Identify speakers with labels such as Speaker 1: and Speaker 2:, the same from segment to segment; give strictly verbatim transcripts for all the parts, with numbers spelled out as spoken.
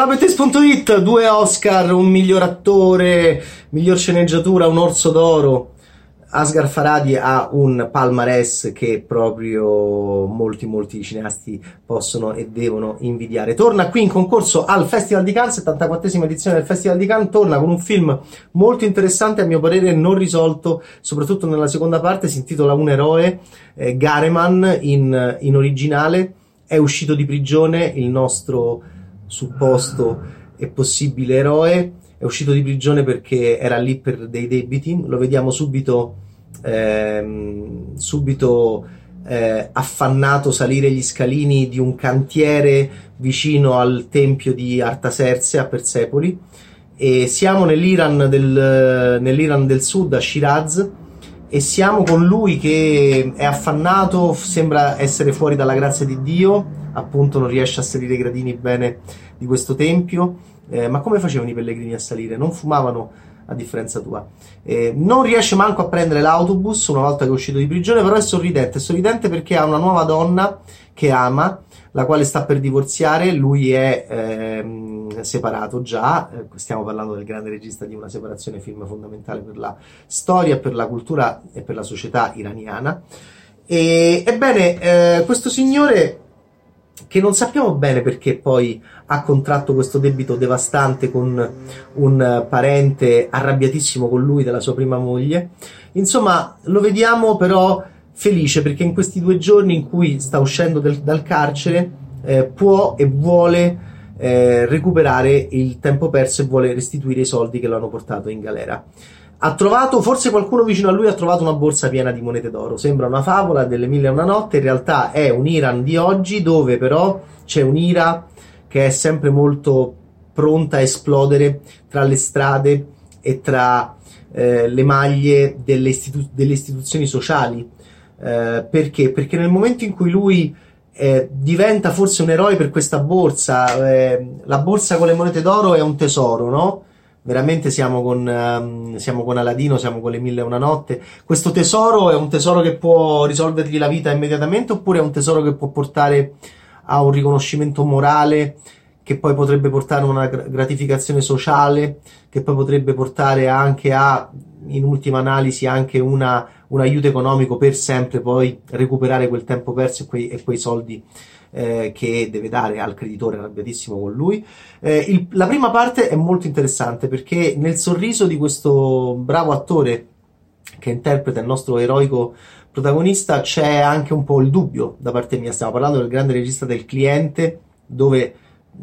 Speaker 1: Ciao Bettes punto it, due Oscar, un miglior attore, miglior sceneggiatura, un Orso d'Oro. Asghar Farhadi ha un palmarès che proprio molti molti cineasti possono e devono invidiare. Torna qui in concorso al Festival di Cannes, settantaquattresima edizione del Festival di Cannes, torna con un film molto interessante, a mio parere non risolto, soprattutto nella seconda parte. Si intitola Un eroe, eh, Gareman in, in originale. È uscito di prigione il nostro supposto e possibile eroe, è uscito di prigione perché era lì per dei debiti. Lo vediamo subito ehm, subito eh, affannato salire gli scalini di un cantiere vicino al tempio di Artaserse a Persepoli, e siamo nell'Iran del, nell'Iran del Sud, a Shiraz, e siamo con lui che è affannato, sembra essere fuori dalla grazia di Dio, appunto non riesce a salire i gradini bene di questo tempio. Eh, ma come facevano i pellegrini a salire? Non fumavano, a differenza tua. Eh, non riesce manco a prendere l'autobus una volta che è uscito di prigione, però è sorridente, è sorridente perché ha una nuova donna che ama, la quale sta per divorziare. Lui è ehm, separato già, eh, stiamo parlando del grande regista di Una separazione, film fondamentale per la storia, per la cultura e per la società iraniana. E, ebbene, eh, questo signore, che non sappiamo bene perché poi ha contratto questo debito devastante con un parente arrabbiatissimo con lui della sua prima moglie, insomma lo vediamo però felice perché in questi due giorni in cui sta uscendo del, dal carcere eh, può e vuole eh, recuperare il tempo perso e vuole restituire i soldi che lo hanno portato in galera. Ha trovato, forse qualcuno vicino a lui ha trovato una borsa piena di monete d'oro. Sembra una favola delle mille e una notte, in realtà è un Iran di oggi dove però c'è un'ira che è sempre molto pronta a esplodere tra le strade e tra eh, le maglie delle, istitu- delle istituzioni sociali. Eh, perché? Perché nel momento in cui lui eh, diventa forse un eroe per questa borsa, eh, la borsa con le monete d'oro è un tesoro, no? Veramente siamo con, um, siamo con Aladino, siamo con le mille e una notte. Questo tesoro è un tesoro che può risolvergli la vita immediatamente, oppure è un tesoro che può portare a un riconoscimento morale, che poi potrebbe portare a una gratificazione sociale, che poi potrebbe portare anche a, in ultima analisi, anche una, un aiuto economico per sempre poi recuperare quel tempo perso e quei, e quei soldi Eh, che deve dare al creditore arrabbiatissimo con lui. Eh, il, la prima parte è molto interessante perché nel sorriso di questo bravo attore che interpreta il nostro eroico protagonista c'è anche un po' il dubbio da parte mia. Stiamo parlando del grande regista del Cliente, dove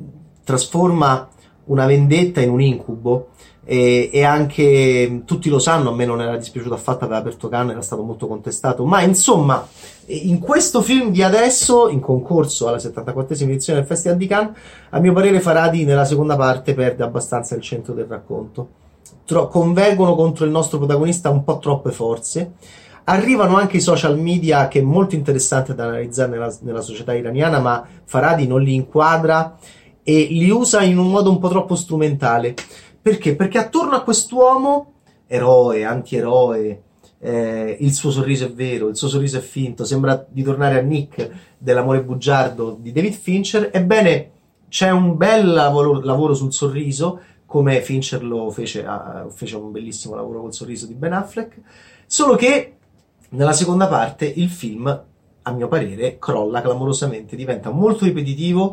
Speaker 1: trasforma una vendetta in un incubo, e, e anche tutti lo sanno, a me non era dispiaciuto affatto, aveva aperto Cannes, era stato molto contestato, ma insomma in questo film di adesso, in concorso alla settantaquattresima edizione del Festival di Cannes, a mio parere Farhadi nella seconda parte perde abbastanza il centro del racconto. Tro- convergono contro il nostro protagonista un po' troppe forze. Arrivano anche i social media, che è molto interessante da analizzare nella, nella società iraniana, ma Farhadi non li inquadra e li usa in un modo un po' troppo strumentale. Perché? Perché attorno a quest'uomo, eroe, antieroe, eh, il suo sorriso è vero, il suo sorriso è finto, sembra di tornare a Nick dell'amore bugiardo di David Fincher. Ebbene, c'è un bel lavoro, lavoro sul sorriso, come Fincher lo fece, a, fece un bellissimo lavoro col sorriso di Ben Affleck, solo che nella seconda parte il film, a mio parere, crolla clamorosamente, diventa molto ripetitivo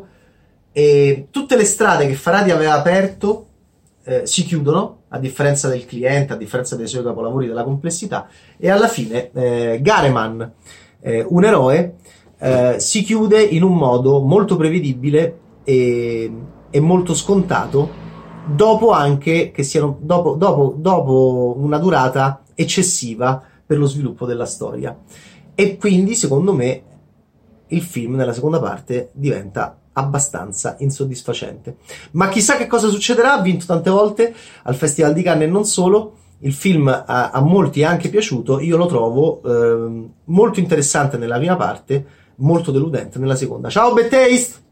Speaker 1: e tutte le strade che Farhadi aveva aperto Eh, si chiudono, a differenza del Cliente, a differenza dei suoi capolavori della complessità, e alla fine eh, Gareman, eh, un eroe, eh, si chiude in un modo molto prevedibile e, e molto scontato, dopo anche che siano dopo, dopo, dopo una durata eccessiva per lo sviluppo della storia. E quindi secondo me il film nella seconda parte diventa abbastanza insoddisfacente. Ma chissà che cosa succederà. Ha vinto tante volte al Festival di Cannes e non solo. Il film a, a molti è anche piaciuto. Io lo trovo eh, molto interessante nella prima parte, molto deludente nella seconda. Ciao Bad Taste!